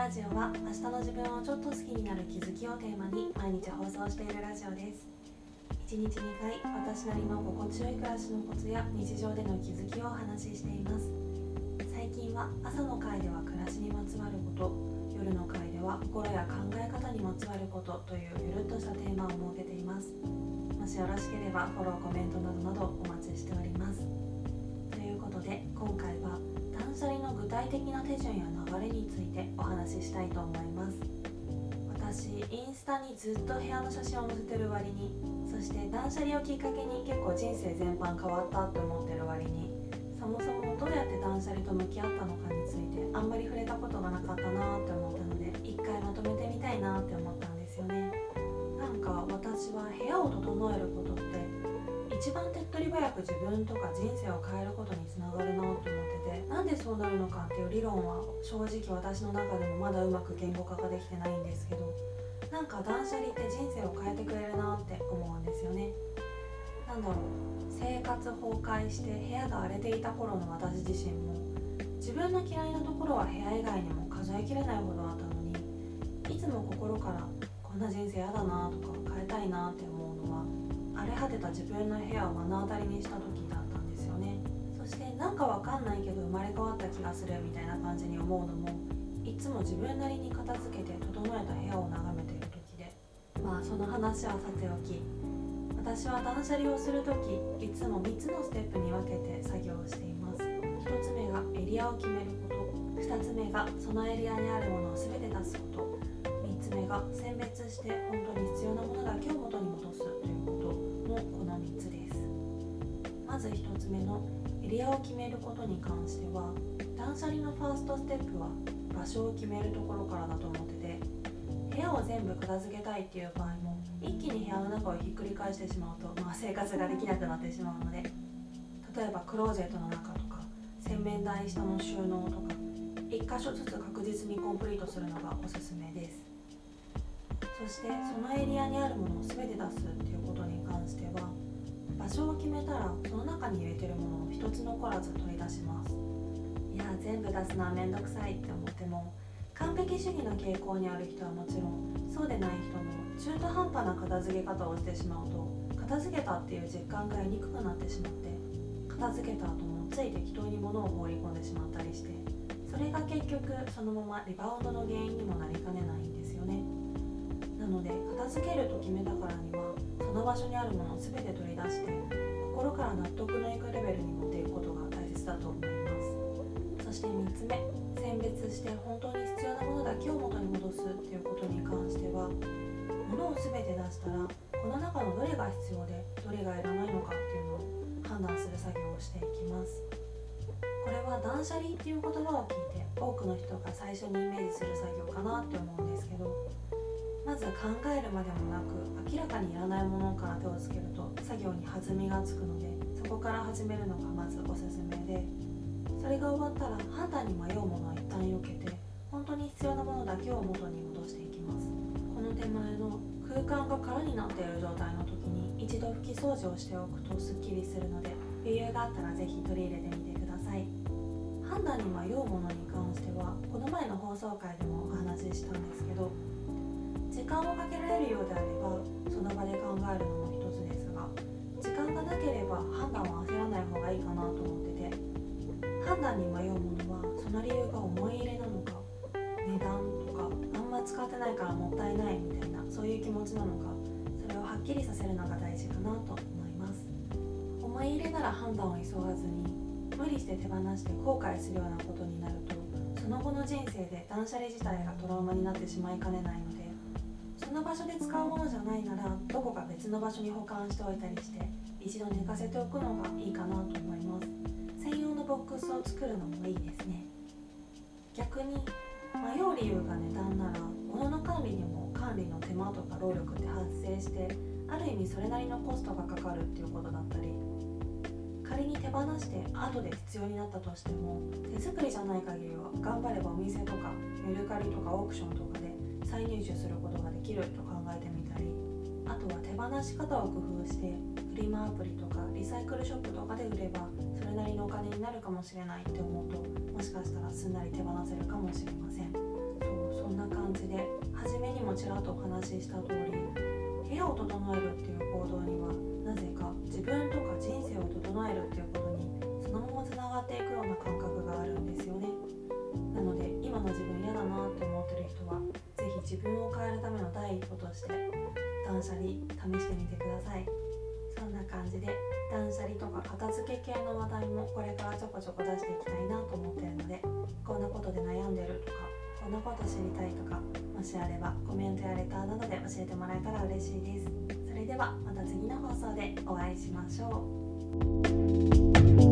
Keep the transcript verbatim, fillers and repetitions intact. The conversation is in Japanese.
ラジオは明日の自分をちょっと好きになる気づきをテーマに毎日放送しているラジオです。いちにちにかい、私なりの心地よい暮らしのコツや日常での気づきをお話ししています。最近は朝の回では暮らしにまつわること、夜の回では心や考え方にまつわることというゆるっとしたテーマを設けています。もしよろしければフォロー、コメントなどなどお待ちしております。ということで、今回は断捨離の具体的な手順や流れについてお話ししたいと思います。私、インスタにずっと部屋の写真を載せてる割に、そして断捨離をきっかけに結構人生全般変わったと思ってる割に、そもそもどうやって断捨離と向き合ったのかについてあんまり触れたことがなかったなって思ったので、一回まとめてみたいなって思ったんですよね。なんか私は部屋を整えることって一番手っ取り早く自分とか人生を変えることにつながるなと思ってて、なんでそうなるのかっていう理論は正直私の中でもまだうまく言語化ができてないんですけど、なんか断捨離って人生を変えてくれるなって思うんですよね。なんだろう、生活崩壊して部屋が荒れていた頃の私自身も、自分の嫌いなところは部屋以外にも数えきれないほどあったのに、いつも心からこんな人生やだなとか変えたいなって思うのは、荒れ果てた自分の部屋を目の当たりにした時だったんですよね。そしてなんかわかんないけど生まれ変わった気がするみたいな感じに思うのも、いつも自分なりに片付けて整えた部屋を眺めている時で、まあその話はさておき、私は断捨離をするとき、いつもみっつのステップに分けて作業をしています。ひとつめがエリアを決めること、ふたつめがそのエリアにあるものをすべて出すこと、みっつめが選別して本当に必要なものだけを元に戻すということのこのみっつです。まずひとつめのエリアを決めることに関しては、断捨離のファーストステップは場所を決めるところからだと思ってて、部屋を全部片付けたいっていう場合も一気に部屋の中をひっくり返してしまうと、まあ、生活ができなくなってしまうので、例えばクローゼットの中とか洗面台下の収納とかいっ箇所ずつ確実にコンプリートするのがおすすめです。そしてそのエリアにあるものを全て出すっていうことに関しては、場所を決めたらその中に入れてるものを一つ残らず取り出します。いや全部出すのはめんどくさいって思っても、完璧主義の傾向にある人はもちろん、そうでない人も中途半端な片付け方をしてしまうと、片付けたっていう実感が得にくくなってしまって、片付けた後もつい適当に物を放り込んでしまったりして、それが結局そのままリバウンドの原因にもなりかねないんですよね。なので片付けると決めたからには、その場所にあるものを全て取り出して心から納得のいくレベルに持っていくことが大切だと思います。そしてみっつめ、選別して本当に必要なものだけを元に戻すっていうことに関しては、物を全て出したらこの中のどれが必要でどれがいらないのかっていうのを判断する作業をしていきます。これは断捨離っていう言葉を聞いて多くの人が最初にイメージする作業かなって思うんですけど、まず考えるまでもなく明らかにいらないものから手をつけると作業に弾みがつくので、そこから始めるのがまずおすすめで、それが終わったら判断に迷うものは一旦避けて、本当に必要なものだけを元に戻していきます。この手前の空間が空になっている状態の時に一度拭き掃除をしておくとすっきりするので、余裕があったらぜひ取り入れてみてください。判断に迷うものに関してはこの前の放送回でもお話ししたんですけど、時間をかけられるようであればその場で考えるのも一つですが、時間がなければ判断は焦らない方がいいかなと思ってて、判断に迷うものはその理由が思い入れなのか、値段とかあんま使ってないからもったいないみたいなそういう気持ちなのか、それをはっきりさせるのが大事かなと思います。思い入れなら判断を急がずに、無理して手放して後悔するようなことになると、その後の人生で断捨離自体がトラウマになってしまいかねないので、その場所で使うものじゃないならどこか別の場所に保管しておいたりして、一度寝かせておくのがいいかなと思います。専用のボックスを作るのもいいですね。逆に迷う理由が値段なら、物の管理にも管理の手間とか労力って発生して、ある意味それなりのコストがかかるっていうことだったり、仮に手放して後で必要になったとしても、手作りじゃない限りは頑張ればお店とかメルカリとかオークションとかで再入手することができると考えてみたり、あとは手放し方を工夫してフリマアプリとかリサイクルショップとかで売ればそれなりのお金になるかもしれないって思うと、もしかしたらすんなり手放せるかもしれません。そうそんな感じで、初めにもちらっとお話しした通り、部屋を整えるっていう行動にはなぜか自分とか人生を整えるっていうことにそのままつながっていくような感覚があるんですよね。なので今の自分嫌だなって思ってる人はぜひ自分を変えるための第一歩として断捨離試してみてください。そんな感じで断捨離とか片付け系の話題もこれからちょこちょこ出していきたいなと思っているので、こんなことで悩んでるとかこんなこと知りたいとか、もしあればコメントやレターなどで教えてもらえたら嬉しいです。それではまた次の放送でお会いしましょう。